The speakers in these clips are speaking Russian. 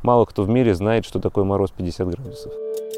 мало кто в мире знает, что такое мороз 50 градусов.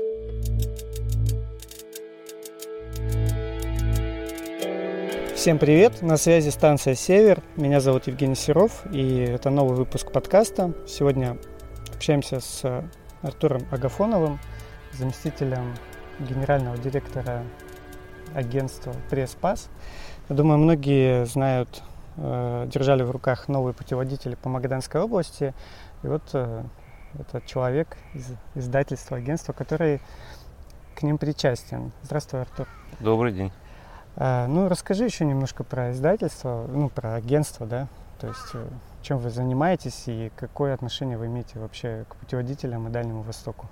Всем привет, на связи станция «Север», меня зовут Евгений Серов, и это новый выпуск подкаста. Сегодня общаемся с Артуром Агафоновым, заместителем генерального директора агентства «Пресс-Пас». Я думаю, многие знают, держали в руках новые путеводители по Магаданской области, и вот этот человек из издательства, агентства, который к ним причастен. Здравствуй, Артур. Добрый день. Расскажи еще немножко про издательство, про агентство, да, то есть чем вы занимаетесь и какое отношение вы имеете вообще к путеводителям и Дальнему Востоку?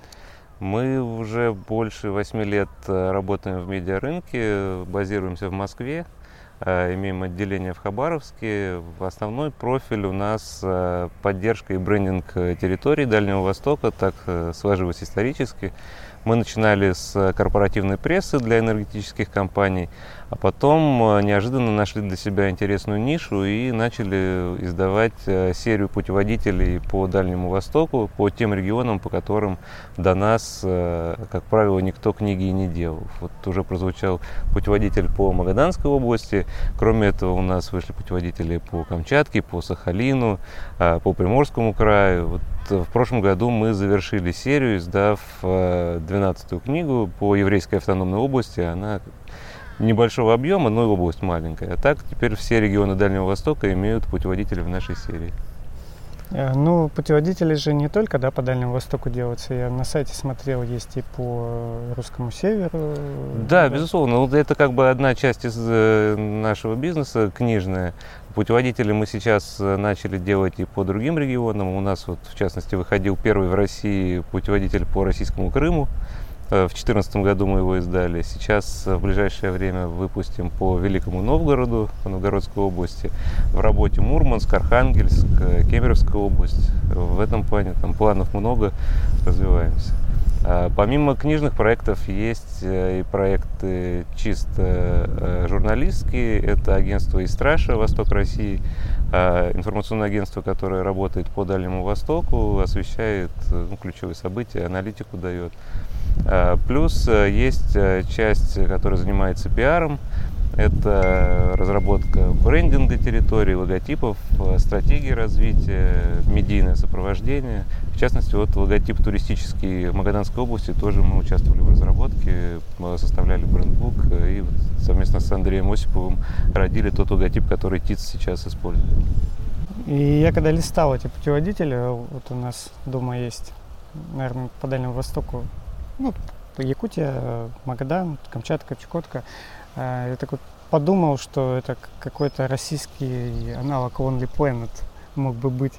Мы уже больше 8 лет работаем в медиарынке, базируемся в Москве, имеем отделение в Хабаровске. Основной профиль у нас поддержка и брендинг территории Дальнего Востока, так сложилось исторически. Мы начинали с корпоративной прессы для энергетических компаний, а потом неожиданно нашли для себя интересную нишу и начали издавать серию путеводителей по Дальнему Востоку, по тем регионам, по которым до нас, как правило, никто книги и не делал. Вот уже прозвучал путеводитель по Магаданской области. Кроме этого, у нас вышли путеводители по Камчатке, по Сахалину, по Приморскому краю. Вот в прошлом году мы завершили серию, издав 12-ю книгу по Еврейской автономной области. Она небольшого объема, но и область маленькая. А так теперь все регионы Дальнего Востока имеют путеводители в нашей серии. Путеводители же не только по Дальнему Востоку делаются. Я на сайте смотрел, есть и по Русскому Северу. Да, безусловно. Это одна часть из нашего бизнеса, книжная. Путеводители мы сейчас начали делать и по другим регионам. У нас, в частности, выходил первый в России путеводитель по Российскому Крыму. В 2014 году мы его издали. Сейчас в ближайшее время выпустим по Великому Новгороду, по Новгородской области. В работе Мурманск, Архангельск, Кемеровская область. В этом плане планов много, развиваемся. Помимо книжных проектов есть и проекты чисто журналистские. Это агентство «Истраша», «Восток России», информационное агентство, которое работает по Дальнему Востоку, освещает ключевые события, аналитику дает. Плюс есть часть, которая занимается пиаром. Это разработка брендинга территории, логотипов, стратегии развития, медийное сопровождение. В частности, логотип туристический в Магаданской области тоже мы участвовали в разработке, составляли брендбук и совместно с Андреем Осиповым родили тот логотип, который ТИЦ сейчас использует. И я когда листал эти путеводители, у нас дома есть, наверное, по Дальнему Востоку, Якутия, Магадан, Камчатка, Чукотка. Я так подумал, что это какой-то российский аналог Lonely Planet мог бы быть.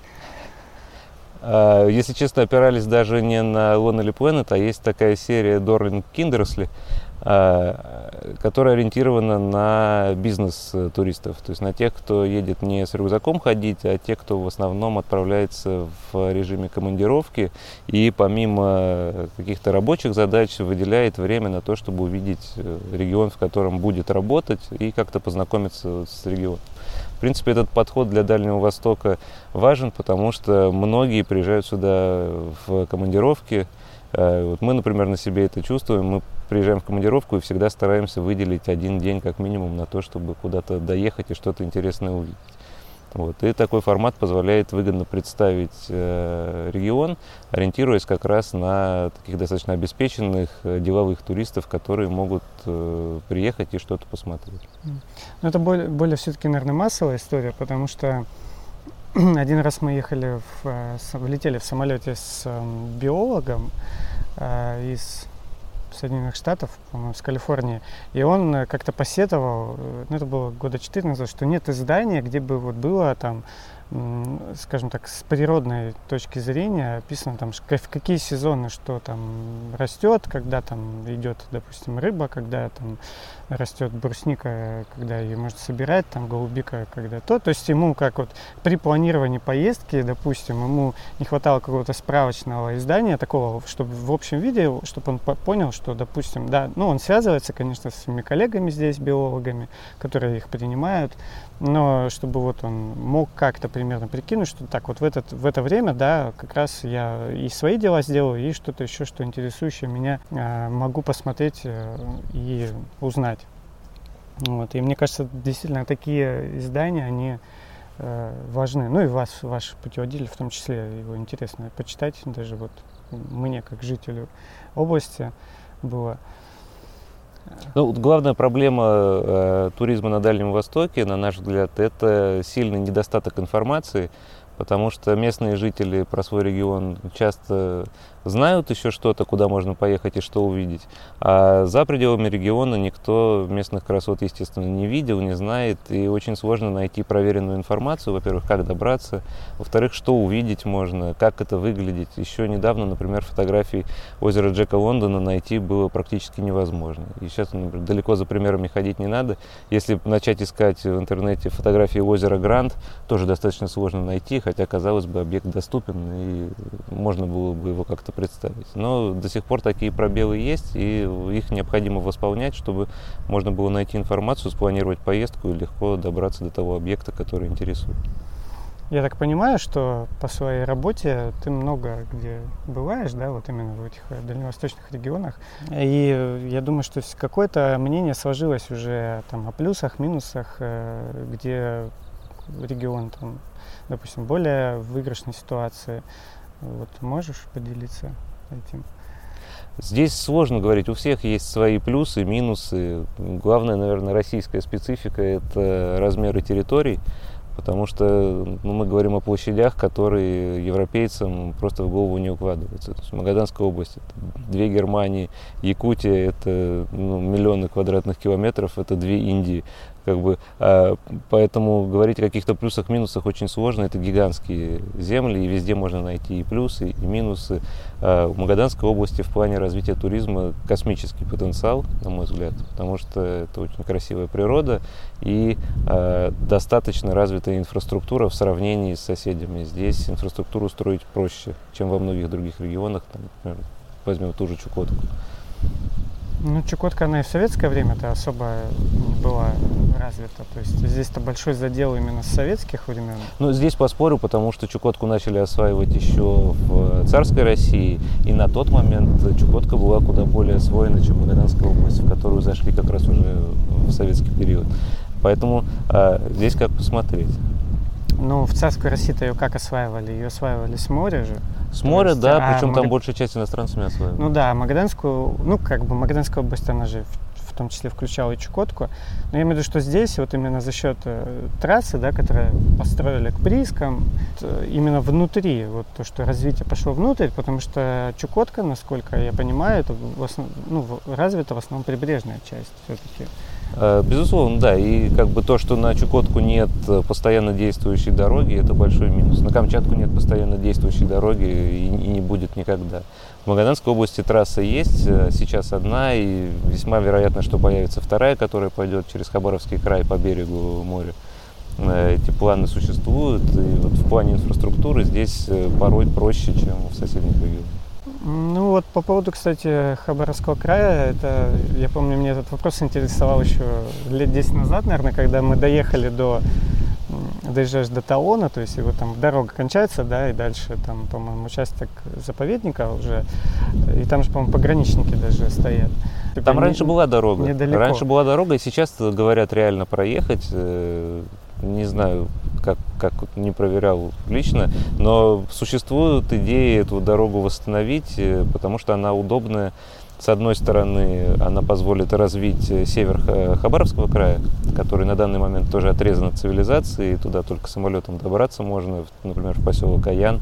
Если честно, опирались даже не на Lonely Planet, а есть такая серия Dorling Kindersley, которая ориентирована на бизнес-туристов, то есть на тех, кто едет не с рюкзаком ходить, а те, кто в основном отправляется в режиме командировки и помимо каких-то рабочих задач выделяет время на то, чтобы увидеть регион, в котором будет работать, и как-то познакомиться с регионом. В принципе, этот подход для Дальнего Востока важен, потому что многие приезжают сюда в командировки. Мы, например, на себе это чувствуем. Мы приезжаем в командировку и всегда стараемся выделить один день как минимум на то, чтобы куда-то доехать и что-то интересное увидеть. И такой формат позволяет выгодно представить регион, ориентируясь как раз на таких достаточно обеспеченных деловых туристов, которые могут приехать и что-то посмотреть. Это более все-таки, наверное, массовая история, потому что один раз мы летели в самолете с биологом из Соединенных Штатов, по-моему, с Калифорнии, и он как-то посетовал, это было года 4 назад, что нет издания, где бы было скажем так, с природной точки зрения описано в какие сезоны что там растет, когда там идет, допустим, рыба, когда там растет брусника, когда ее можно собирать, там голубика, когда то есть ему при планировании поездки, допустим, ему не хватало какого-то справочного издания такого, чтобы в общем виде, чтобы он понял, что, допустим, он связывается, конечно, с своими коллегами здесь, биологами, которые их принимают, но чтобы вот он мог как-то примерно прикинуть, что так вот в это время, да, как раз я и свои дела сделаю, и что-то еще, что интересующее меня, могу посмотреть и узнать. Вот. И мне кажется, действительно, такие издания, они важны. Ну и ваш путеводитель, в том числе, его интересно почитать, даже вот мне, как жителю области, было. Ну, главная проблема туризма на Дальнем Востоке, на наш взгляд, это сильный недостаток информации, потому что местные жители про свой регион часто знают еще что-то, куда можно поехать и что увидеть, а за пределами региона никто местных красот, естественно, не видел, не знает, и очень сложно найти проверенную информацию, во-первых, как добраться, во-вторых, что увидеть можно, как это выглядит. Еще недавно, например, фотографии озера Джека Лондона найти было практически невозможно. И сейчас, например, далеко за примерами ходить не надо. Если начать искать в интернете фотографии озера Грант, тоже достаточно сложно найти, хотя, казалось бы, объект доступен, и можно было бы его как-то представить. Но до сих пор такие пробелы есть, и их необходимо восполнять, чтобы можно было найти информацию, спланировать поездку и легко добраться до того объекта, который интересует. Я так понимаю, что по своей работе ты много где бываешь, да, вот именно в этих дальневосточных регионах. И я думаю, что какое-то мнение сложилось уже там о плюсах, минусах, где регион там, допустим, более в выигрышной ситуации. Вот можешь поделиться этим? Здесь сложно говорить, у всех есть свои плюсы, минусы. Главное, наверное, российская специфика – это размеры территорий, потому что мы говорим о площадях, которые европейцам просто в голову не укладываются. То есть Магаданская область – это 2 Германии, Якутия – это миллионы квадратных километров, это 2 Индии. Поэтому говорить о каких-то плюсах, минусах очень сложно. Это гигантские земли, и везде можно найти и плюсы, и минусы. В Магаданской области в плане развития туризма космический потенциал, на мой взгляд, потому что это очень красивая природа и достаточно развитая инфраструктура в сравнении с соседями. Здесь инфраструктуру строить проще, чем во многих других регионах. Там, например, возьмем ту же Чукотку. Ну, Чукотка, она и в советское время-то особо не была развита. То есть здесь-то большой задел именно с советских времен. Ну, здесь поспорю, потому что Чукотку начали осваивать еще в царской России. И на тот момент Чукотка была куда более освоена, чем Магаданская область, в которую зашли как раз уже в советский период. Поэтому здесь как посмотреть. Ну, в царской России-то ее как осваивали? Ее осваивали с моря же. С моря, да, причем там большая часть иностранцами осваивали. Ну да, Магаданскую, Магаданская область, она же в том числе включала и Чукотку. Но я имею в виду, что здесь вот именно за счет трассы, да, которую построили к приискам, именно внутри, вот то, что развитие пошло внутрь, потому что Чукотка, насколько я понимаю, это развита в основном прибрежная часть все-таки. Безусловно, да. И то, что на Чукотку нет постоянно действующей дороги, это большой минус. На Камчатку нет постоянно действующей дороги и не будет никогда. В Магаданской области трасса есть, сейчас одна, и весьма вероятно, что появится вторая, которая пойдет через Хабаровский край по берегу моря. Эти планы существуют, и вот в плане инфраструктуры здесь порой проще, чем в соседних регионах. Ну вот по поводу, кстати, Хабаровского края, я помню, мне этот вопрос интересовал еще лет 10 назад, наверное, когда мы доезжаешь до Талона, то есть его там дорога кончается, да, и дальше там, по-моему, участок заповедника уже, и там же, по-моему, пограничники даже стоят. Там раньше была дорога, недалеко. И сейчас, говорят, реально проехать. Не знаю, как не проверял лично, но существуют идеи эту дорогу восстановить, потому что она удобная. С одной стороны, она позволит развить север Хабаровского края, который на данный момент тоже отрезан от цивилизации, и туда только самолетом добраться можно, например, в поселок Аян,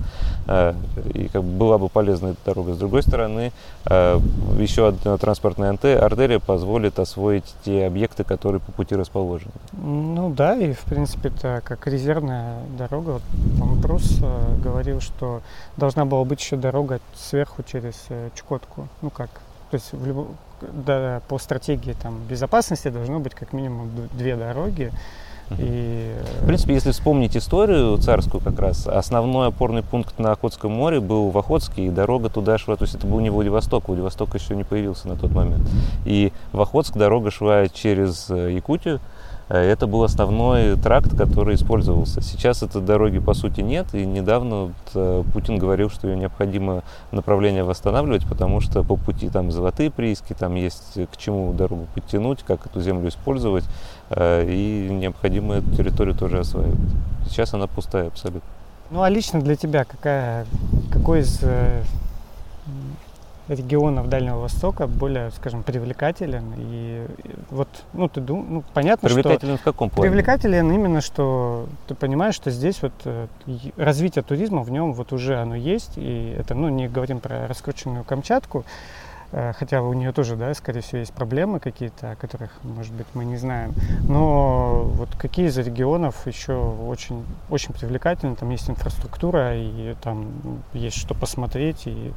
и была бы полезна эта дорога. С другой стороны, еще одна транспортная артерия позволит освоить те объекты, которые по пути расположены. Ну да, и в принципе это как резервная дорога. Вот, по-моему, Прус говорил, что должна была быть еще дорога сверху через Чукотку. То есть по стратегии безопасности должно быть как минимум 2 дороги. И... В принципе, если вспомнить историю царскую как раз, основной опорный пункт на Охотском море был в Охотске, и дорога туда шла, то есть это был не Владивосток еще не появился на тот момент. И в Охотск дорога шла через Якутию, Это был основной тракт, который использовался. Сейчас этой дороги по сути нет, и недавно Путин говорил, что ее необходимо направление восстанавливать, потому что по пути там золотые прииски, там есть к чему дорогу подтянуть, как эту землю использовать, и необходимо эту территорию тоже осваивать. Сейчас она пустая абсолютно. Ну а лично для тебя какой из регионов Дальнего Востока более, скажем, привлекателен? И вот, ты думаешь, понятно, привлекателен что... в каком плане? Привлекателен именно, что ты понимаешь, что здесь вот развитие туризма в нем вот уже оно есть, и это, не говорим про раскрученную Камчатку, хотя у нее тоже, да, скорее всего, есть проблемы какие-то, о которых, может быть, мы не знаем. Но вот какие из регионов еще очень, очень привлекательны, там есть инфраструктура, и там есть что посмотреть. И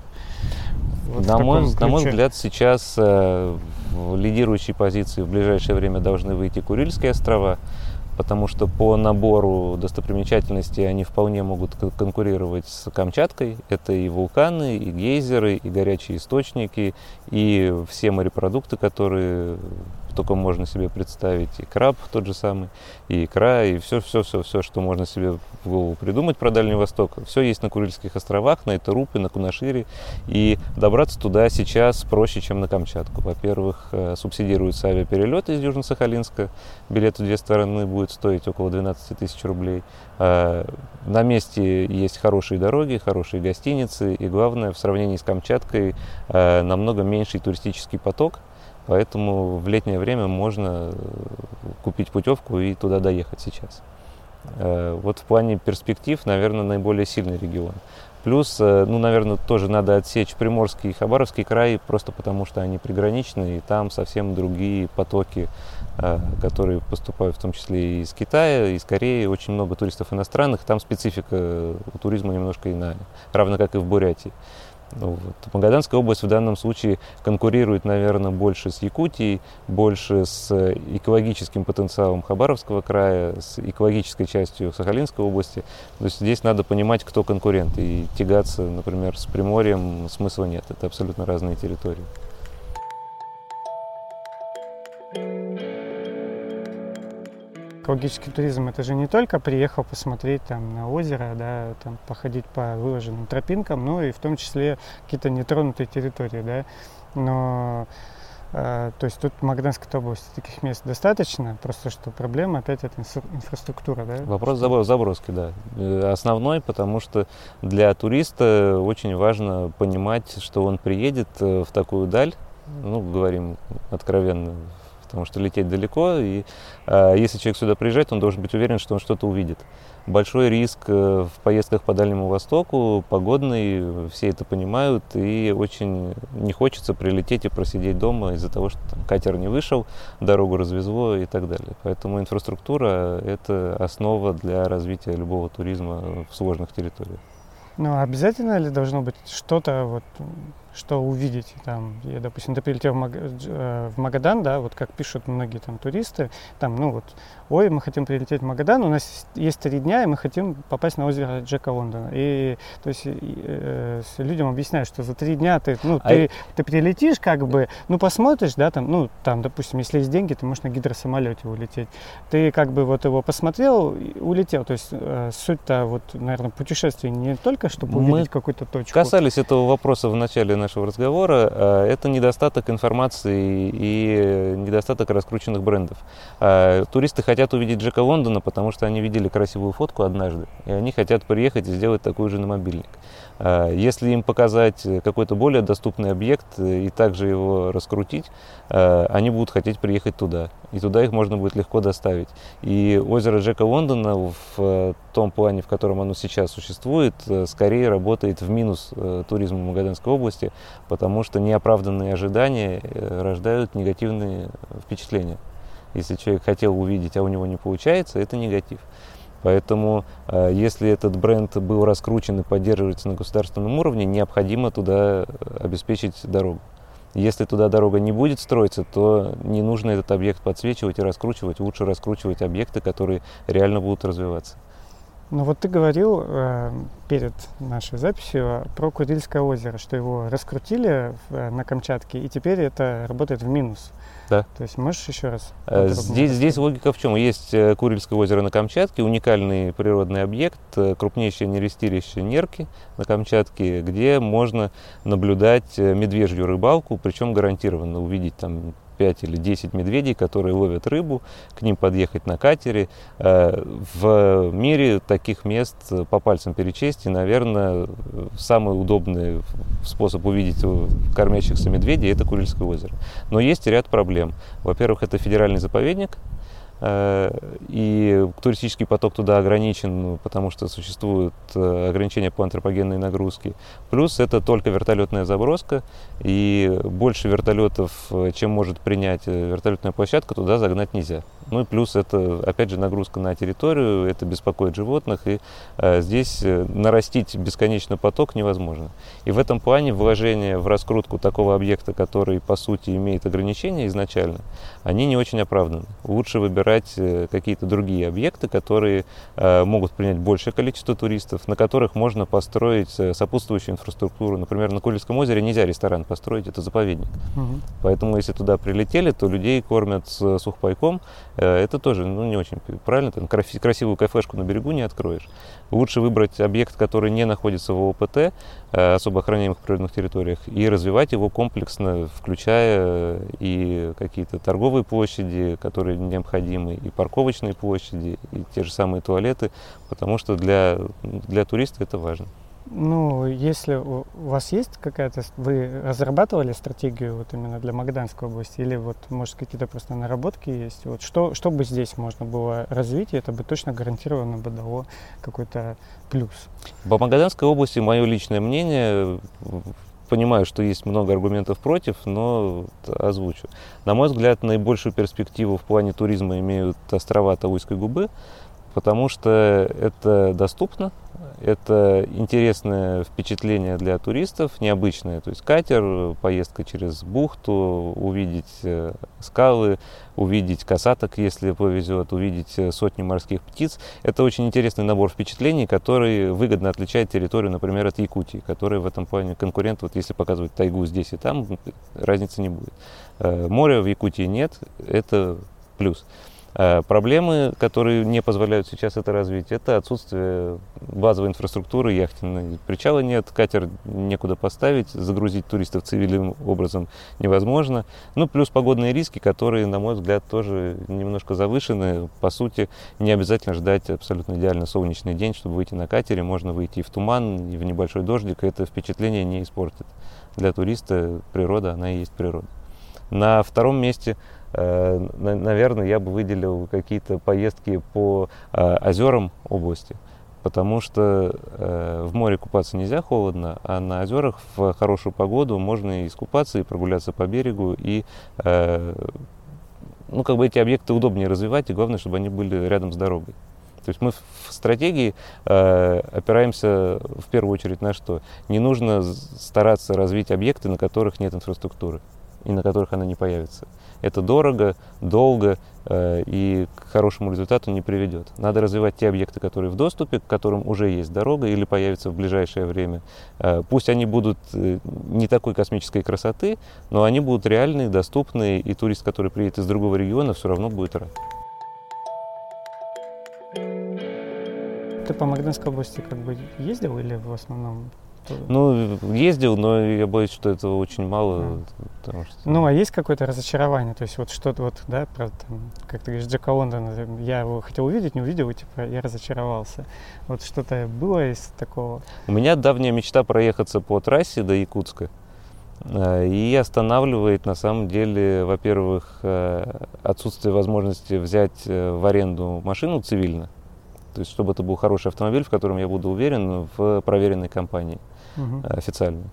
вот на мой взгляд, сейчас в лидирующей позиции в ближайшее время должны выйти Курильские острова, потому что по набору достопримечательностей они вполне могут конкурировать с Камчаткой. Это и вулканы, и гейзеры, и горячие источники, и все морепродукты, которые только можно себе представить, и краб тот же самый, и икра, и все, что можно себе в голову придумать про Дальний Восток. Все есть на Курильских островах, на Итарупе, на Кунашире, и добраться туда сейчас проще, чем на Камчатку. Во-первых, субсидируются авиаперелеты из Южно-Сахалинска, билет в две стороны будет стоить около 12 тысяч рублей. На месте есть хорошие дороги, хорошие гостиницы, и главное, в сравнении с Камчаткой намного меньший туристический поток. Поэтому в летнее время можно купить путевку и туда доехать сейчас. Вот в плане перспектив, наверное, наиболее сильный регион. Плюс, наверное, тоже надо отсечь Приморский и Хабаровский край, просто потому что они приграничные, и там совсем другие потоки, которые поступают в том числе и из Китая, и из Кореи. Очень много туристов иностранных, там специфика у туризма немножко иная, равно как и в Бурятии. Магаданская область в данном случае конкурирует, наверное, больше с Якутией, больше с экологическим потенциалом Хабаровского края, с экологической частью Сахалинской области. То есть здесь надо понимать, кто конкурент. И тягаться, например, с Приморьем смысла нет. Это абсолютно разные территории. Экологический туризм — это же не только приехал посмотреть там на озеро, да, там походить по выложенным тропинкам, но и в том числе какие-то нетронутые территории, да. Но то есть тут в Магаданской области таких мест достаточно, просто что проблема опять это инфраструктура, да? Вопрос заброски, да. Основной, потому что для туриста очень важно понимать, что он приедет в такую даль, говорим откровенно, потому что лететь далеко, и если человек сюда приезжает, он должен быть уверен, что он что-то увидит. Большой риск в поездках по Дальнему Востоку, погодный, все это понимают, и очень не хочется прилететь и просидеть дома из-за того, что там катер не вышел, дорогу развезло и так далее. Поэтому инфраструктура – это основа для развития любого туризма в сложных территориях. Ну, обязательно ли должно быть что-то, что увидеть? Там, допустим, ты прилетел в Магадан, да, вот как пишут многие там туристы, там, ой, мы хотим прилететь в Магадан, у нас есть 3 дня, и мы хотим попасть на озеро Джека Лондона. И, то есть, людям объясняют, что за 3 дня ты прилетишь, посмотришь, да, там, допустим, если есть деньги, ты можешь на гидросамолете улететь. Ты его посмотрел и улетел. То есть, суть-то, наверное, путешествие не только, чтобы увидеть какую-то точку. Мы касались этого вопроса в начале нашего разговора. Это недостаток информации и недостаток раскрученных брендов. Туристы хотят увидеть Джека Лондона, потому что они видели красивую фотку однажды, и они хотят приехать и сделать такую же на мобильник. Если им показать какой-то более доступный объект и также его раскрутить, они будут хотеть приехать туда. И туда их можно будет легко доставить. И озеро Джека Лондона в том плане, в котором оно сейчас существует, скорее работает в минус туризму Магаданской области, потому что неоправданные ожидания рождают негативные впечатления. Если человек хотел увидеть, а у него не получается, это негатив. Поэтому, если этот бренд был раскручен и поддерживается на государственном уровне, необходимо туда обеспечить дорогу. Если туда дорога не будет строиться, то не нужно этот объект подсвечивать и раскручивать. Лучше раскручивать объекты, которые реально будут развиваться. Ну вот ты говорил перед нашей записью про Курильское озеро, что его раскрутили на Камчатке, и теперь это работает в минус. Да. То есть можешь еще раз? Здесь логика в чем? Есть Курильское озеро на Камчатке, уникальный природный объект, крупнейшее нерестилище Нерки на Камчатке, где можно наблюдать медвежью рыбалку, причем гарантированно увидеть там 5 или 10 медведей, которые ловят рыбу, к ним подъехать на катере. В мире таких мест по пальцам перечесть, и, наверное, самый удобный способ увидеть кормящихся медведей – это Курильское озеро. Но есть ряд проблем. Во-первых, это федеральный заповедник, и туристический поток туда ограничен, потому что существуют ограничения по антропогенной нагрузке. Плюс это только вертолетная заброска, и больше вертолетов, чем может принять вертолетная площадка, туда загнать нельзя. Ну и плюс это, опять же, нагрузка на территорию, это беспокоит животных, и здесь нарастить бесконечно поток невозможно. И в этом плане вложения в раскрутку такого объекта, который, по сути, имеет ограничения изначально, они не очень оправданы. Лучше выбирать какие-то другие объекты, которые могут принять большее количество туристов, на которых можно построить сопутствующую инфраструктуру. Например, на Курильском озере нельзя ресторан построить, это заповедник. Поэтому, если туда прилетели, то людей кормят с сухпайком. Это тоже не очень правильно. Там красивую кафешку на берегу не откроешь. Лучше выбрать объект, который не находится в ООПТ, особо охраняемых природных территориях, и развивать его комплексно, включая и какие-то торговые площади, которые необходимы, и парковочные площади, и те же самые туалеты, потому что для туриста это важно. Ну, если у вас есть какая-то... Вы разрабатывали стратегию вот именно для Магаданской области? Или вот, может, какие-то просто наработки есть? Вот что бы здесь можно было развить, и это бы точно гарантированно бы дало какой-то плюс? По Магаданской области мое личное мнение... Понимаю, что есть много аргументов против, но озвучу. На мой взгляд, наибольшую перспективу в плане туризма имеют острова Талуйской губы, потому что это доступно, это интересное впечатление для туристов, необычное. То есть катер, поездка через бухту, увидеть скалы, увидеть касаток, если повезет, увидеть сотни морских птиц. Это очень интересный набор впечатлений, который выгодно отличает территорию, например, от Якутии, которая в этом плане конкурент. Вот если показывать тайгу здесь и там, разницы не будет. Моря в Якутии нет, это плюс. Проблемы, которые не позволяют сейчас это развить, это отсутствие базовой инфраструктуры яхтенной. Причала нет, катер некуда поставить, загрузить туристов цивильным образом невозможно. Ну, плюс погодные риски, которые, на мой взгляд, тоже немножко завышены. По сути, не обязательно ждать абсолютно идеально солнечный день, чтобы выйти на катере. Можно выйти и в туман, и в небольшой дождик, и это впечатление не испортит. Для туриста природа, она и есть природа. На втором месте, наверное, я бы выделил какие-то поездки по озерам области, потому что в море купаться нельзя, холодно, а на озерах в хорошую погоду можно и искупаться, и прогуляться по берегу, и эти объекты удобнее развивать, и главное, чтобы они были рядом с дорогой. То есть мы в стратегии опираемся в первую очередь на что? Не нужно стараться развить объекты, на которых нет инфраструктуры и на которых она не появится. Это дорого, долго и к хорошему результату не приведет. Надо развивать те объекты, которые в доступе, к которым уже есть дорога или появятся в ближайшее время. Пусть они будут не такой космической красоты, но они будут реальные, доступные, и турист, который приедет из другого региона, все равно будет рад. Ты по Магаданской области как бы ездил или в основном? Ну, ездил, но я боюсь, что этого очень мало. Потому что... Ну, а есть какое-то разочарование? То есть вот что-то вот, да, про, там, как ты говоришь, Джека Лондона, я его хотел увидеть, не увидел, и типа я разочаровался. Вот что-то было из такого? У меня давняя мечта проехаться по трассе до Якутска. И останавливает, на самом деле, во-первых, отсутствие возможности взять в аренду машину цивильно. То есть, чтобы это был хороший автомобиль, в котором я буду уверен в проверенной компании официальной.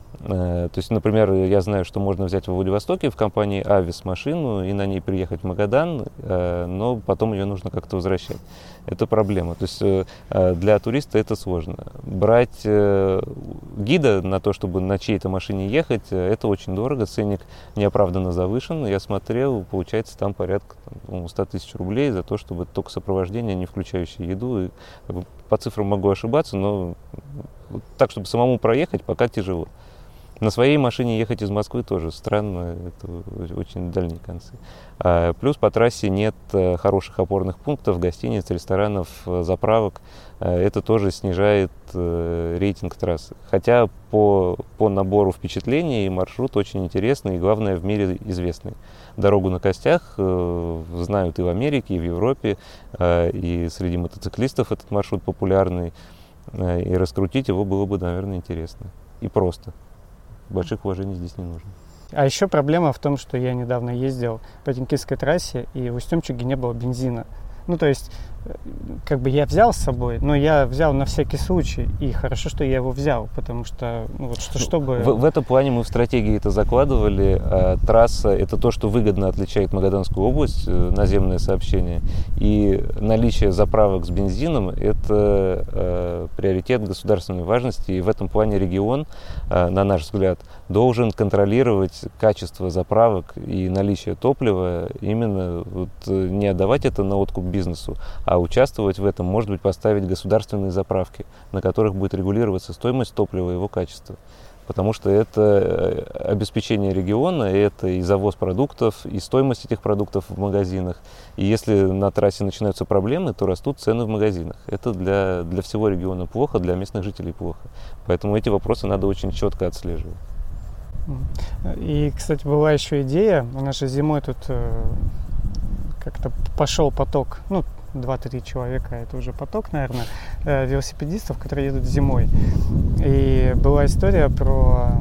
То есть, например, я знаю, что можно взять во Владивостоке в компании Avis машину и на ней приехать в Магадан, но потом ее нужно как-то возвращать. Это проблема. То есть для туриста это сложно. Брать гида на то, чтобы на чьей-то машине ехать, это очень дорого, ценник неоправданно завышен. Я смотрел, получается там порядка 100 тысяч рублей за то, чтобы только сопровождение, не включающее еду. И, по цифрам могу ошибаться, но так, чтобы самому проехать, пока тяжело. На своей машине ехать из Москвы тоже странно, это очень дальние концы. Плюс по трассе нет хороших опорных пунктов, гостиниц, ресторанов, заправок. Это тоже снижает рейтинг трассы. Хотя по набору впечатлений маршрут очень интересный и, главное, в мире известный. Дорогу на костях знают и в Америке, и в Европе, и среди мотоциклистов этот маршрут популярный. И раскрутить его было бы, наверное, интересно. И просто. Больших вложений здесь не нужно. А еще проблема в том, что я недавно ездил по Темкинской трассе, и в Устюмчиге не было бензина. Ну, то есть, как бы я взял с собой, но я взял на всякий случай. И хорошо, что я его взял, потому что, ну, вот чтобы... В этом плане мы в стратегии это закладывали. Трасса – это то, что выгодно отличает Магаданскую область, наземное сообщение. И наличие заправок с бензином – это приоритет государственной важности. И в этом плане регион, на наш взгляд, должен контролировать качество заправок и наличие топлива. Именно вот, не отдавать это на откуп бизнесу, а участвовать в этом, может быть, поставить государственные заправки, на которых будет регулироваться стоимость топлива и его качество. Потому что это обеспечение региона, это и завоз продуктов, и стоимость этих продуктов в магазинах. И если на трассе начинаются проблемы, то растут цены в магазинах. Это для всего региона плохо, для местных жителей плохо. Поэтому эти вопросы надо очень четко отслеживать. И, кстати, была еще идея, у нас же зимой тут как-то пошел поток, ну, 2-3 человека, это уже поток, наверное, велосипедистов, которые едут зимой. И была история про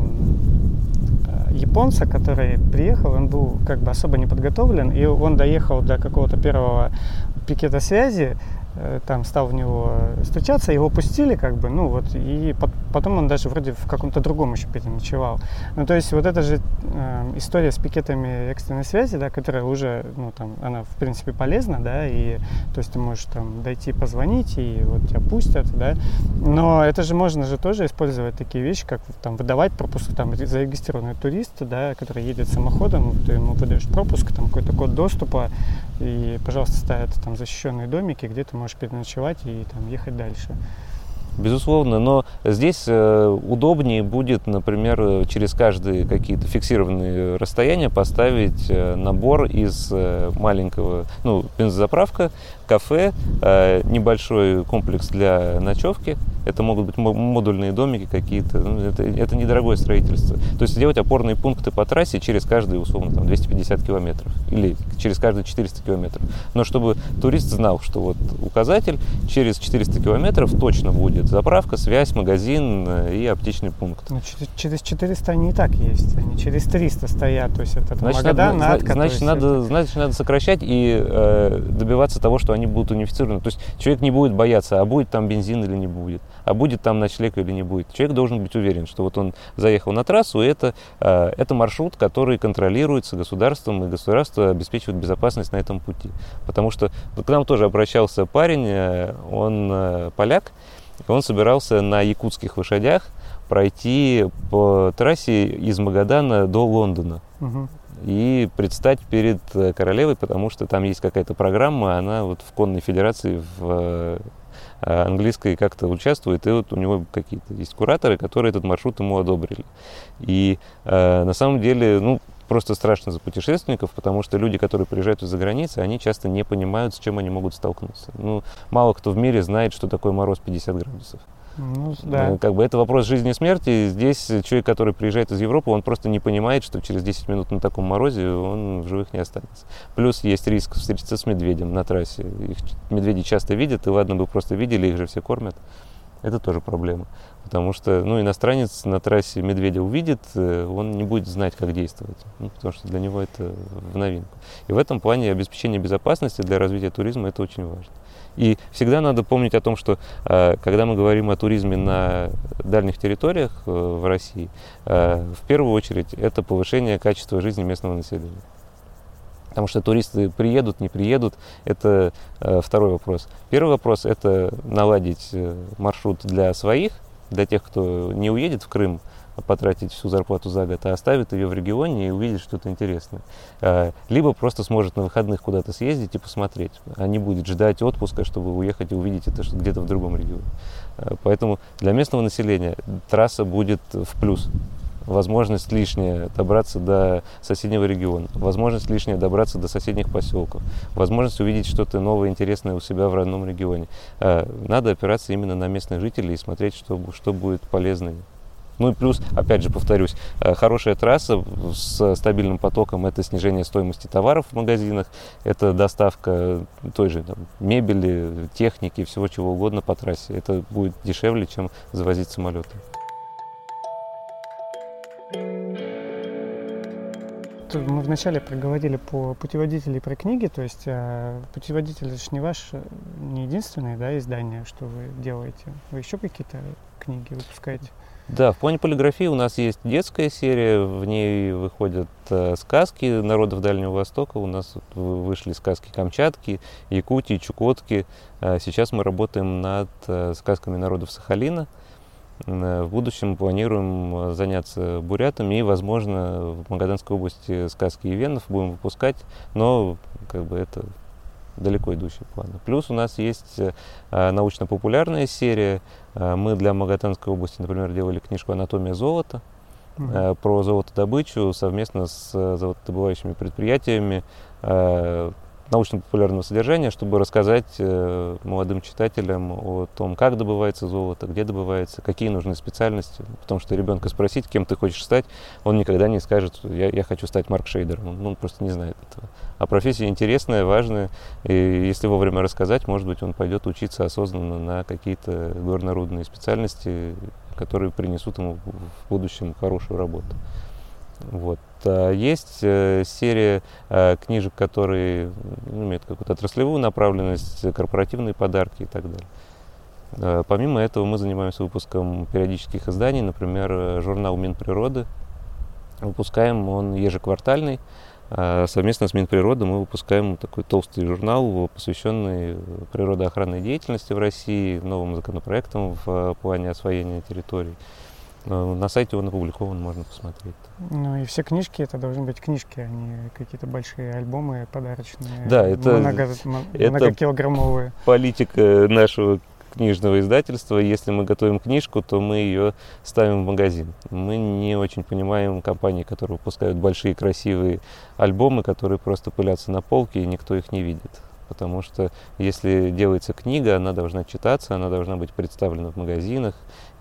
японца, который приехал, он был как бы особо не подготовлен, и он доехал до какого-то первого пикета связи, там стал в него стучаться, его пустили как бы, ну вот, и потом он даже вроде в каком-то другом еще переночевал. Ну то есть вот эта же история с пикетами экстренной связи, да, которая уже, ну там, она в принципе полезна, да, и то есть ты можешь там дойти, позвонить, и вот тебя пустят, да, но это же можно же тоже использовать такие вещи, как там выдавать пропуск, там зарегистрированный турист, да, который едет самоходом, ты ему выдаешь пропуск, там какой-то код доступа, и, пожалуйста, ставят там защищенные домики, где ты можешь переночевать и там ехать дальше. Безусловно, но здесь удобнее будет, например, через каждые какие-то фиксированные расстояния поставить набор из маленького, ну, бензозаправка, кафе, небольшой комплекс для ночевки. Это могут быть модульные домики какие-то. Ну, это недорогое строительство. То есть сделать опорные пункты по трассе через каждые, условно, там, 250 километров или через каждые 400 километров. Но чтобы турист знал, что вот указатель, через 400 километров точно будет заправка, связь, магазин и аптечный пункт. Ну, через 400 они и так есть, они через 300 стоят. То есть это Магадан, Натка. Значит, надо сокращать и добиваться того, что они будут унифицированы. То есть человек не будет бояться, а будет там бензин или не будет, а будет там ночлег или не будет. Человек должен быть уверен, что вот он заехал на трассу, и это маршрут, который контролируется государством, и государство обеспечивает безопасность на этом пути. Потому что к нам тоже обращался парень, он поляк, и он собирался на якутских лошадях пройти по трассе из Магадана до Лондона. Угу. И предстать перед королевой, потому что там есть какая-то программа, она вот в конной федерации в английской как-то участвует, и вот у него какие-то есть кураторы, которые этот маршрут ему одобрили. И на самом деле, ну, просто страшно за путешественников, потому что люди, которые приезжают из-за границы, они часто не понимают, с чем они могут столкнуться. Ну, мало кто в мире знает, что такое мороз 50 градусов. Ну, да. Как бы это вопрос жизни и смерти. Здесь человек, который приезжает из Европы, он просто не понимает, что через 10 минут на таком морозе он в живых не останется. Плюс есть риск встретиться с медведем на трассе. Их медведи часто видят, и ладно бы просто видели, их же все кормят. Это тоже проблема. Потому что, ну, иностранец на трассе медведя увидит, он не будет знать, как действовать. Ну, потому что для него это в новинку. И в этом плане обеспечение безопасности для развития туризма это очень важно. И всегда надо помнить о том, что когда мы говорим о туризме на дальних территориях в России, в первую очередь это повышение качества жизни местного населения. Потому что туристы приедут, не приедут, это второй вопрос. Первый вопрос – это наладить маршрут для своих, для тех, кто не уедет в Крым, потратить всю зарплату за год, а оставит ее в регионе и увидит что-то интересное. Либо просто сможет на выходных куда-то съездить и посмотреть, а не будет ждать отпуска, чтобы уехать и увидеть это где-то в другом регионе. Поэтому для местного населения трасса будет в плюс. Возможность лишняя добраться до соседнего региона, возможность лишняя добраться до соседних поселков, возможность увидеть что-то новое, интересное у себя в родном регионе. Надо опираться именно на местных жителей и смотреть, что будет полезно. Ну и плюс, опять же, повторюсь, хорошая трасса с стабильным потоком – это снижение стоимости товаров в магазинах, это доставка той же мебели, техники, всего чего угодно по трассе. Это будет дешевле, чем завозить самолеты. Мы вначале проговорили по путеводителю и про книги, то есть путеводитель это же не ваш, не единственное, да, издание, что вы делаете. Вы еще какие-то книги выпускаете? Да, в плане полиграфии у нас есть детская серия, в ней выходят сказки народов Дальнего Востока, у нас вышли сказки Камчатки, Якутии, Чукотки. Сейчас мы работаем над сказками народов Сахалина. В будущем планируем заняться бурятами и, возможно, в Магаданской области сказки Ивенов будем выпускать, но это далеко идущие планы. Плюс у нас есть научно-популярная серия. Мы для Магаданской области, например, делали книжку «Анатомия золота», про золотодобычу совместно с золотодобывающими предприятиями научно-популярного содержания, чтобы рассказать молодым читателям о том, как добывается золото, где добывается, какие нужны специальности. Потому что ребенка спросить, кем ты хочешь стать, он никогда не скажет, я хочу стать маркшейдером. Он просто не знает этого. А профессия интересная, важная, и если вовремя рассказать, может быть, он пойдет учиться осознанно на какие-то горнорудные специальности, которые принесут ему в будущем хорошую работу. Вот. Есть серия книжек, которые имеют какую-то отраслевую направленность, корпоративные подарки и так далее. Помимо этого мы занимаемся выпуском периодических изданий, например, журнал Минприроды. Выпускаем он ежеквартальный. Совместно с Минприроды мы выпускаем такой толстый журнал, посвященный природоохранной деятельности в России, новым законопроектам в плане освоения территорий. На сайте он опубликован, можно посмотреть. Ну и все книжки, это должны быть книжки, а не какие-то большие альбомы подарочные, да, это многокилограммовые. Политика нашего книжного издательства. Если мы готовим книжку, то мы ее ставим в магазин. Мы не очень понимаем компании, которые выпускают большие красивые альбомы, которые просто пылятся на полке, и никто их не видит. Потому что если делается книга, она должна читаться, она должна быть представлена в магазинах,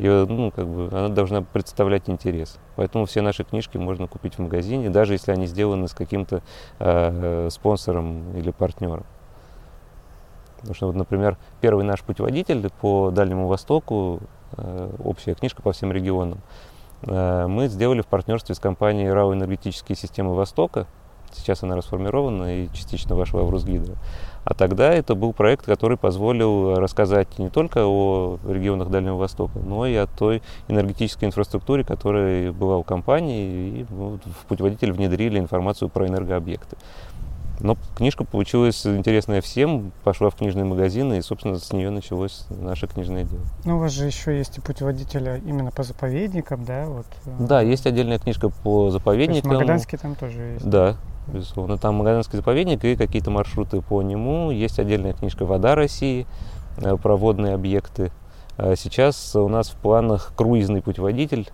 она должна представлять интерес. Поэтому все наши книжки можно купить в магазине, даже если они сделаны с каким-то спонсором или партнером. Потому что, например, первый наш путеводитель по Дальнему Востоку, общая книжка по всем регионам, мы сделали в партнерстве с компанией РАО «Энергетические системы Востока». Сейчас она расформирована и частично вошла в Росгидро. А тогда это был проект, который позволил рассказать не только о регионах Дальнего Востока, но и о той энергетической инфраструктуре, которая была у компании, и в путеводитель внедрили информацию про энергообъекты. Но книжка получилась интересная всем, пошла в книжные магазины, и, собственно, с нее началось наше книжное дело. Ну, у вас же еще есть и путеводитель именно по заповедникам, да? Да, есть отдельная книжка по заповедникам. То есть Магаданский там тоже есть? Да, безусловно. Там Магаданский заповедник и какие-то маршруты по нему. Есть отдельная книжка «Вода России», про водные объекты. Сейчас у нас в планах круизный путеводитель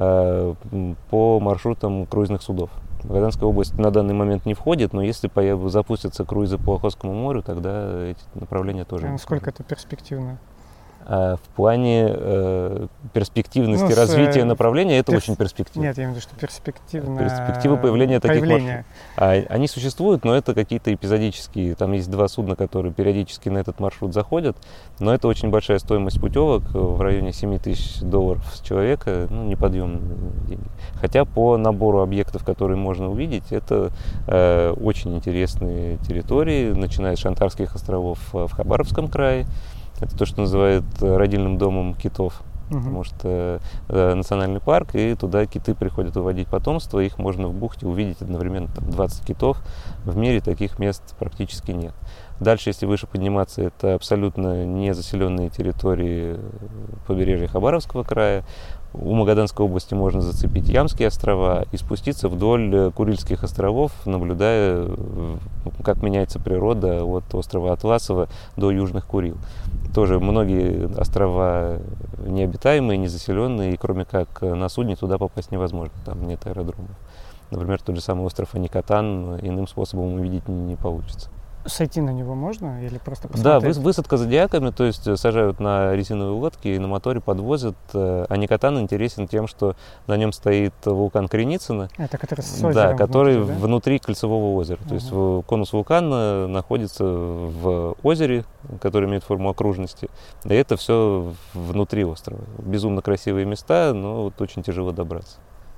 по маршрутам круизных судов. Магаданская область на данный момент не входит, но если запустятся круизы по Охотскому морю, тогда эти направления тоже. А насколько это перспективно? В плане перспективности развития направления это очень перспективно. Нет, я имею в виду, что перспектива появления таких маршрутов. Они существуют, но это какие-то эпизодические. Там есть 2 судна, которые периодически на этот маршрут заходят, но это очень большая стоимость путевок, в районе $7 000 с человека, неподъемные деньги. Хотя по набору объектов, которые можно увидеть, это очень интересные территории, начиная с Шантарских островов в Хабаровском крае. Это то, что называют родильным домом китов, потому что национальный парк, и туда киты приходят выводить потомство, их можно в бухте увидеть одновременно 20 китов. В мире таких мест практически нет. Дальше, если выше подниматься, это абсолютно незаселенные территории побережья Хабаровского края. У Магаданской области можно зацепить Ямские острова и спуститься вдоль Курильских островов, наблюдая, как меняется природа от острова Атласова до Южных Курил. Тоже многие острова необитаемые, незаселенные, и кроме как на судне туда попасть невозможно, там нет аэродромов. Например, тот же самый остров Аникатан иным способом увидеть не получится. Сойти на него можно или просто посмотреть? Да, высадка зодиаками, то есть сажают на резиновые лодки и на моторе подвозят. Аникатан интересен тем, что на нем стоит вулкан Креницына, это который с озером, да, который внутри, да? внутри кольцевого озера. То есть конус вулкана находится в озере, который имеет форму окружности, и это все внутри острова. Безумно красивые места, но вот очень тяжело добраться.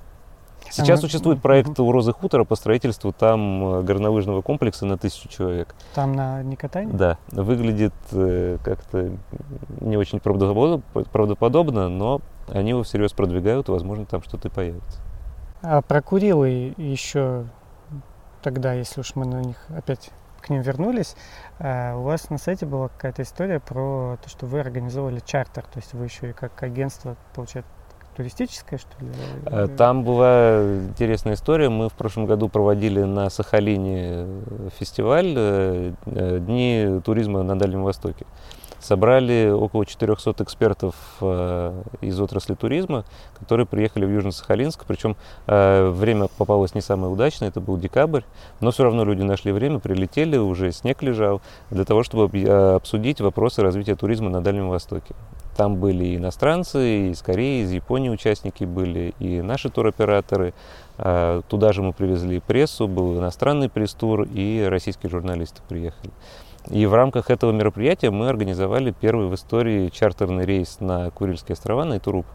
Сейчас существует проект у Розы Хутора по строительству там горнолыжного комплекса на 1000 человек. Там на Аникатане? Да. Выглядит как-то не очень правдоподобно, но они его всерьез продвигают, и, возможно, там что-то и появится. А про Курилы еще тогда, если уж мы на них опять к ним вернулись, у вас на сайте была какая-то история про то, что вы организовывали чартер, то есть вы еще и как агентство, получается, туристическое, что ли? Там была интересная история. Мы в прошлом году проводили на Сахалине фестиваль «Дни туризма на Дальнем Востоке». Собрали около 400 экспертов из отрасли туризма, которые приехали в Южно-Сахалинск. Причем время попалось не самое удачное, это был декабрь, но все равно люди нашли время, прилетели, уже снег лежал, для того, чтобы обсудить вопросы развития туризма на Дальнем Востоке. Там были и иностранцы, и из Кореи, из Японии участники были, и наши туроператоры. Туда же мы привезли прессу, был иностранный пресс-тур, и российские журналисты приехали. И в рамках этого мероприятия мы организовали первый в истории чартерный рейс на Курильские острова, на Итуруп.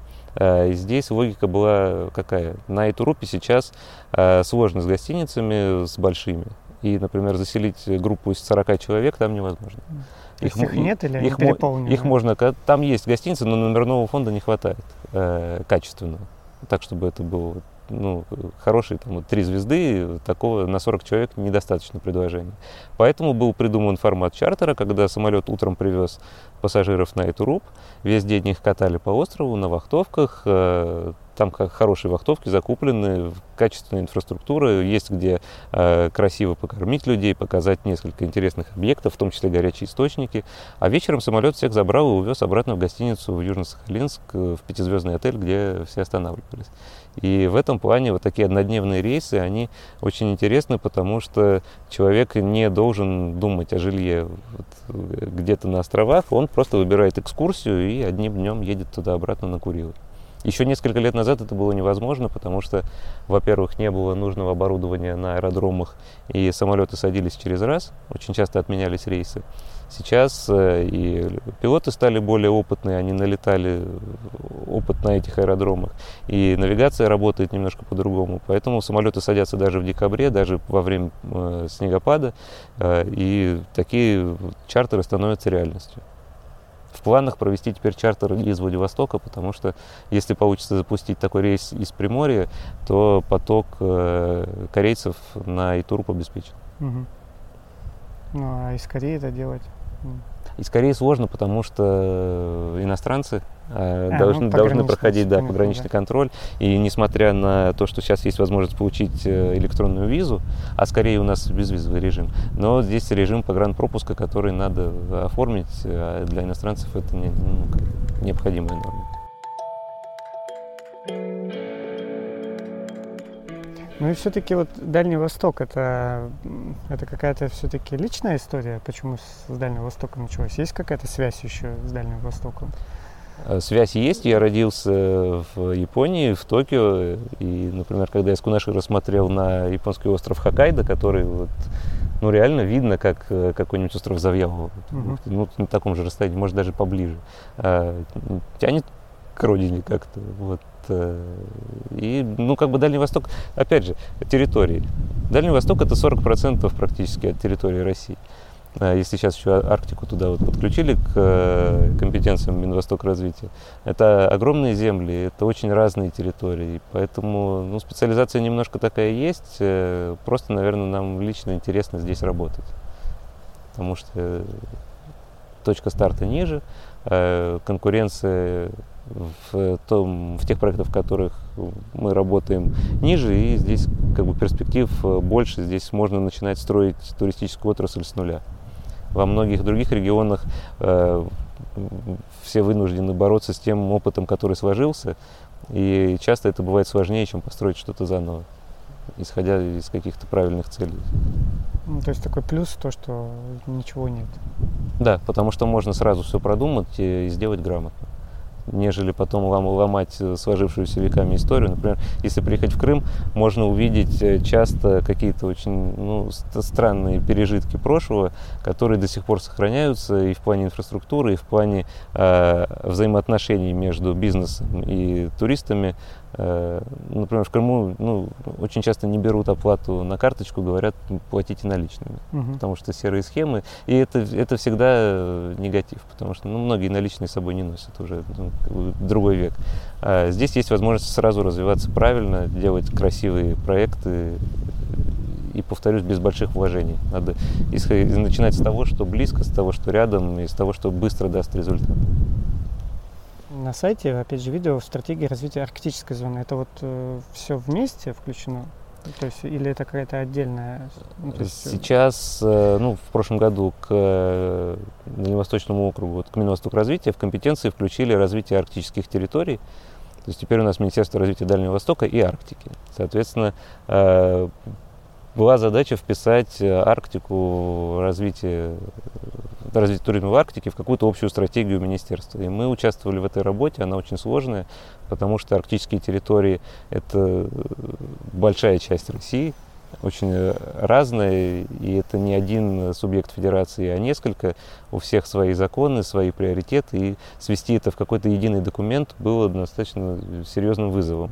И здесь логика была какая? На Итурупе сейчас сложно с гостиницами, с большими. И, например, заселить группу из 40 человек там невозможно. Их нет или они переполнены? Их можно, там есть гостиницы, но номерного фонда не хватает качественного. Так, чтобы это был хороший, 3 звезды, такого на 40 человек недостаточно предложений. Поэтому был придуман формат чартера, когда самолет утром привез пассажиров на Итуруп, весь день их катали по острову на вахтовках. Там как хорошие вахтовки закуплены, качественная инфраструктура, есть где красиво покормить людей, показать несколько интересных объектов, в том числе горячие источники. А вечером самолет всех забрал и увез обратно в гостиницу в Южно-Сахалинск, в 5-звездный отель, где все останавливались. И в этом плане вот такие однодневные рейсы, они очень интересны, потому что человек не должен думать о жилье где-то на островах, он просто выбирает экскурсию и одним днем едет туда-обратно на Курилы. Еще несколько лет назад это было невозможно, потому что, во-первых, не было нужного оборудования на аэродромах, и самолеты садились через раз, очень часто отменялись рейсы. Сейчас и пилоты стали более опытные, они налетали опыт на этих аэродромах, и навигация работает немножко по-другому, поэтому самолеты садятся даже в декабре, даже во время снегопада, и такие чартеры становятся реальностью. В планах провести теперь чартер из Владивостока, потому что если получится запустить такой рейс из Приморья, то поток корейцев на Итуруп обеспечен. Угу. Ну а из Кореи это делать? Из Кореи сложно, потому что иностранцы должны проходить пограничный контроль. И несмотря на то, что сейчас есть возможность получить электронную визу, а с Кореей у нас безвизовый режим, но здесь режим погранпропуска, который надо оформить, а для иностранцев это необходимая норма. Ну и все-таки вот Дальний Восток это какая-то все-таки личная история, почему с Дальнего Востока началось? Есть какая-то связь еще с Дальним Востоком? Связь есть. Я родился в Японии, в Токио. И, например, когда я с Кунаши рассмотрел на японский остров Хоккайдо, который вот, ну, реально видно, как какой-нибудь остров Завьялово. Ну, на таком же расстоянии, может, даже поближе. Тянет к родине как-то. Вот. И, ну, как бы Дальний Восток, опять же, территории. Дальний Восток — это 40% практически от территории России. Если сейчас еще Арктику туда вот подключили к компетенциям Минвостокразвития, это огромные земли, это очень разные территории. Поэтому, ну, специализация немножко такая есть. Просто, наверное, нам лично интересно здесь работать. Потому что точка старта ниже, конкуренция в тех проектах, в которых мы работаем, ниже, и здесь как бы перспектив больше, здесь можно начинать строить туристическую отрасль с нуля. Во многих других регионах все вынуждены бороться с тем опытом, который сложился, и часто это бывает сложнее, чем построить что-то заново, исходя из каких-то правильных целей. Ну, то есть такой плюс то, что ничего нет. Да, потому что можно сразу все продумать и сделать грамотно, нежели потом ломать сложившуюся веками историю. Например, если приехать в Крым, можно увидеть часто какие-то очень странные пережитки прошлого, которые до сих пор сохраняются и в плане инфраструктуры, и в плане взаимоотношений между бизнесом и туристами. Например, в Крыму очень часто не берут оплату на карточку, говорят, платите наличными, потому что серые схемы, и это всегда негатив, потому что многие наличные с собой не носят уже другой век. А здесь есть возможность сразу развиваться правильно, делать красивые проекты и, повторюсь, без больших вложений. Надо начинать с того, что близко, с того, что рядом, и с того, что быстро даст результат. На сайте, опять же, видео в стратегии развития арктической зоны. Это вот все вместе включено? То есть, или это какая-то отдельная? Сейчас, в прошлом году к Дальневосточному округу, вот, к Минвостокразвития в компетенции включили развитие арктических территорий. То есть теперь у нас Министерство развития Дальнего Востока и Арктики. Соответственно, была задача вписать Арктику, развитие туризма в Арктике в какую-то общую стратегию министерства. И мы участвовали в этой работе, она очень сложная, потому что арктические территории — это большая часть России, очень разная, и это не один субъект федерации, а несколько. У всех свои законы, свои приоритеты, и свести это в какой-то единый документ было достаточно серьезным вызовом.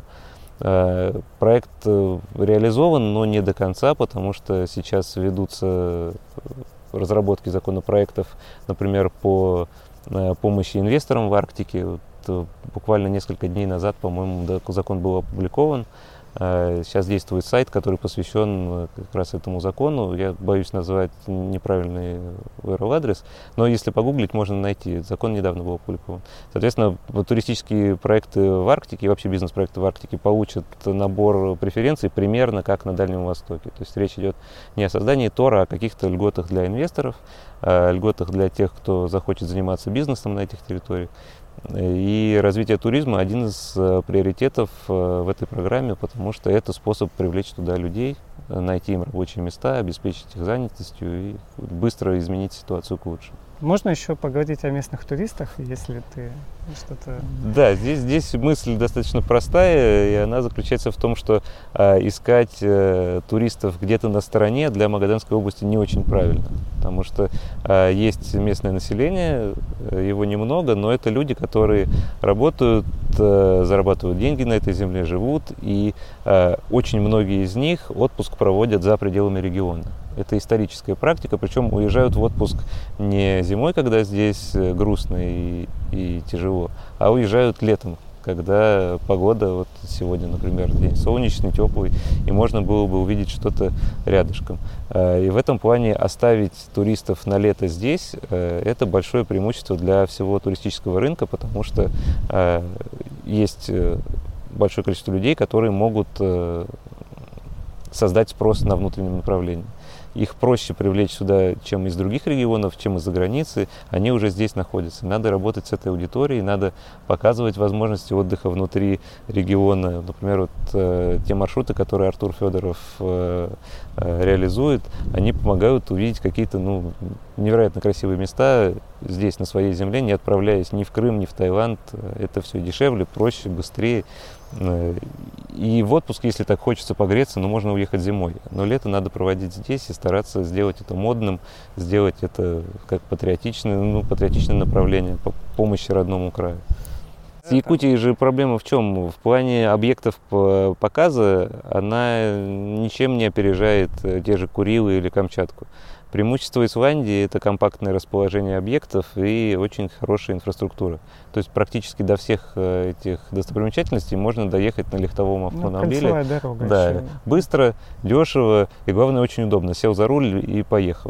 Проект реализован, но не до конца, потому что сейчас ведутся разработки законопроектов, например, по помощи инвесторам в Арктике. Вот, буквально несколько дней назад, по-моему, закон был опубликован. Сейчас действует сайт, который посвящен как раз этому закону. Я боюсь назвать неправильный URL-адрес, но если погуглить, можно найти. Закон недавно был опубликован. Соответственно, туристические проекты в Арктике и вообще бизнес-проекты в Арктике получат набор преференций примерно как на Дальнем Востоке. То есть речь идет не о создании ТОРа, а о каких-то льготах для инвесторов, льготах для тех, кто захочет заниматься бизнесом на этих территориях. И развитие туризма — один из приоритетов в этой программе, потому что это способ привлечь туда людей, найти им рабочие места, обеспечить их занятостью и быстро изменить ситуацию к лучшему. Можно еще поговорить о местных туристах, если ты что-то... Да, здесь мысль достаточно простая, и она заключается в том, что искать туристов где-то на стороне для Магаданской области не очень правильно, потому что есть местное население, его немного, но это люди, которые работают, зарабатывают деньги на этой земле, живут, и очень многие из них отпуск проводят за пределами региона. Это историческая практика, причем уезжают в отпуск не зимой, когда здесь грустно и тяжело, а уезжают летом, когда погода, вот сегодня, например, день солнечный, теплый, и можно было бы увидеть что-то рядышком. И в этом плане оставить туристов на лето здесь – это большое преимущество для всего туристического рынка, потому что есть большое количество людей, которые могут создать спрос на внутреннем направлении. их проще привлечь сюда, чем из других регионов, чем из-за границы, они уже здесь находятся. Надо работать с этой аудиторией, надо показывать возможности отдыха внутри региона. Например, вот те маршруты, которые Артур Федоров реализует, они помогают увидеть какие-то невероятно красивые места здесь, на своей земле, не отправляясь ни в Крым, ни в Таиланд. Это все дешевле, проще, быстрее. И в отпуск, если так хочется погреться, можно уехать зимой. Но лето надо проводить здесь и стараться сделать это модным, сделать это как патриотичное направление по помощи родному краю. С Якутией же проблема в чем? В плане объектов показа она ничем не опережает те же Курилы или Камчатку. Преимущество Исландии – это компактное расположение объектов и очень хорошая инфраструктура. То есть практически до всех этих достопримечательностей можно доехать на легковом автомобиле. Кольцевая дорога. Да, еще. быстро, дешево и, главное, очень удобно. Сел за руль и поехал.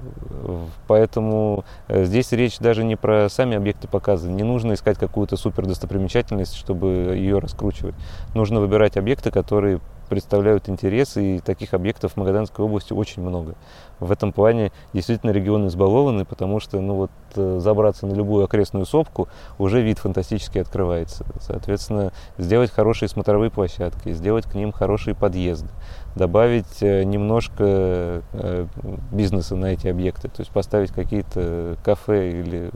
Поэтому здесь речь даже не про сами объекты показа. Не нужно искать какую-то супер достопримечательность, чтобы ее раскручивать. Нужно выбирать объекты, которые представляют интерес, и таких объектов в Магаданской области очень много. В этом плане действительно регион избалованы, потому что забраться на любую окрестную сопку уже вид фантастически открывается. Соответственно, сделать хорошие смотровые площадки, сделать к ним хорошие подъезды, добавить немножко бизнеса на эти объекты, то есть поставить какие-то кафе или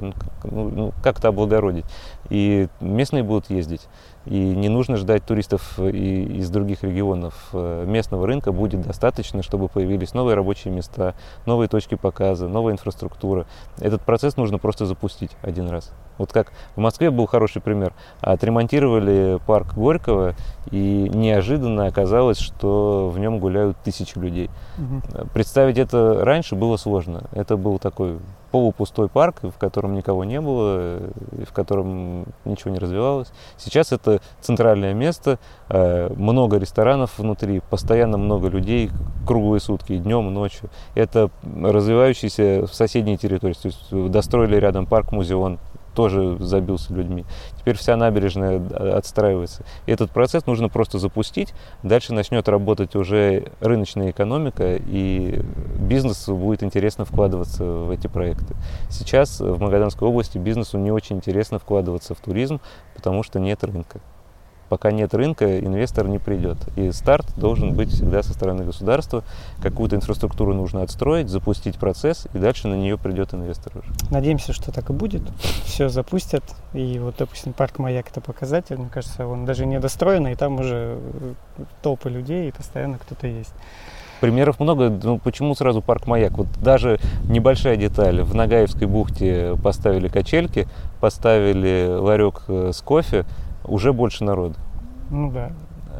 как-то облагородить. И местные будут ездить. И не нужно ждать туристов из других регионов. Местного рынка будет достаточно, чтобы появились новые рабочие места, новые точки показа, новая инфраструктура. Этот процесс нужно просто запустить один раз. Вот как в Москве был хороший пример. Отремонтировали парк Горького, и неожиданно оказалось, что в нем гуляют тысячи людей. Представить это раньше было сложно. Это был такой полупустой парк, в котором никого не было, в котором ничего не развивалось. Сейчас это центральное место, много ресторанов внутри, постоянно много людей, круглые сутки, днем, ночью. Это развивающийся в соседней территории. То есть достроили рядом парк-музеон, тоже забился людьми. Теперь вся набережная отстраивается. И этот процесс нужно просто запустить. Дальше начнет работать уже рыночная экономика, и бизнесу будет интересно вкладываться в эти проекты. Сейчас в Магаданской области бизнесу не очень интересно вкладываться в туризм, потому что нет рынка. Пока нет рынка, инвестор не придет. И старт должен быть всегда со стороны государства. Какую-то инфраструктуру нужно отстроить, запустить процесс, и дальше на нее придет инвестор уже. Надеемся, что так и будет. Все запустят. И вот, допустим, парк Маяк — это показатель. Мне кажется, он даже недостроенный, и там уже толпы людей, и постоянно кто-то есть. Примеров много. Почему сразу парк Маяк? Вот даже небольшая деталь. В Нагаевской бухте поставили качельки, поставили ларек с кофе, уже больше народу. Да.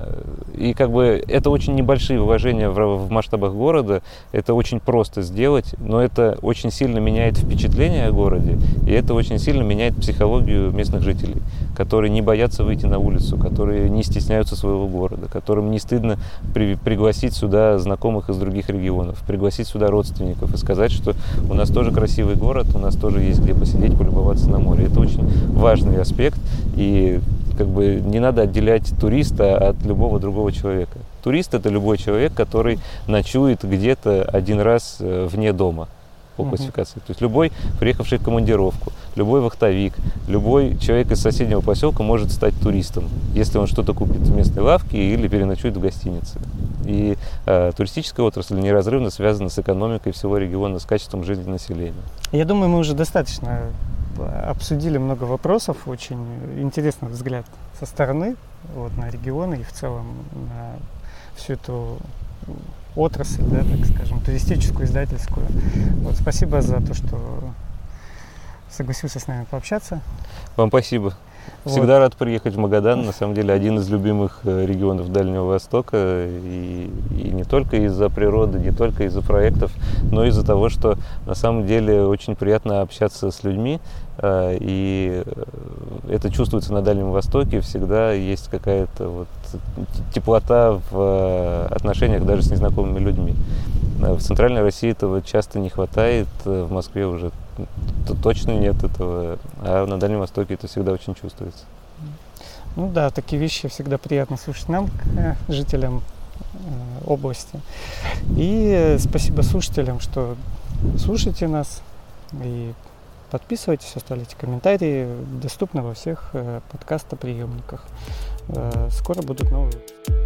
И это очень небольшие вложения в масштабах города, это очень просто сделать, но это очень сильно меняет впечатление о городе, и это очень сильно меняет психологию местных жителей, которые не боятся выйти на улицу, которые не стесняются своего города, которым не стыдно пригласить сюда знакомых из других регионов, пригласить сюда родственников и сказать, что у нас тоже красивый город, у нас тоже есть где посидеть, полюбоваться на море. Это очень важный аспект, и не надо отделять туриста от любого другого человека. Турист — это любой человек, который ночует где-то один раз вне дома по классификации. То есть любой приехавший в командировку, любой вахтовик, любой человек из соседнего поселка может стать туристом, если он что-то купит в местной лавке или переночует в гостинице. И туристическая отрасль неразрывно связана с экономикой всего региона, с качеством жизни населения. Я думаю, мы уже достаточно обсудили много вопросов, очень интересный взгляд со стороны на регионы и в целом на всю эту отрасль, так скажем, туристическую, издательскую. Спасибо за то, что согласился с нами пообщаться. Вам спасибо. Всегда рад приехать в Магадан. На самом деле, один из любимых регионов Дальнего Востока. И не только из-за природы, не только из-за проектов, но и из-за того, что на самом деле очень приятно общаться с людьми. И это чувствуется на Дальнем Востоке. Всегда есть какая-то теплота в отношениях даже с незнакомыми людьми. В Центральной России этого часто не хватает. В Москве уже точно нет этого, а на Дальнем Востоке это всегда очень чувствуется. Такие вещи всегда приятно слушать нам, жителям области. И спасибо слушателям, что слушаете нас и подписывайтесь, оставляйте комментарии. Доступно во всех подкастоприемниках. Скоро будут новые.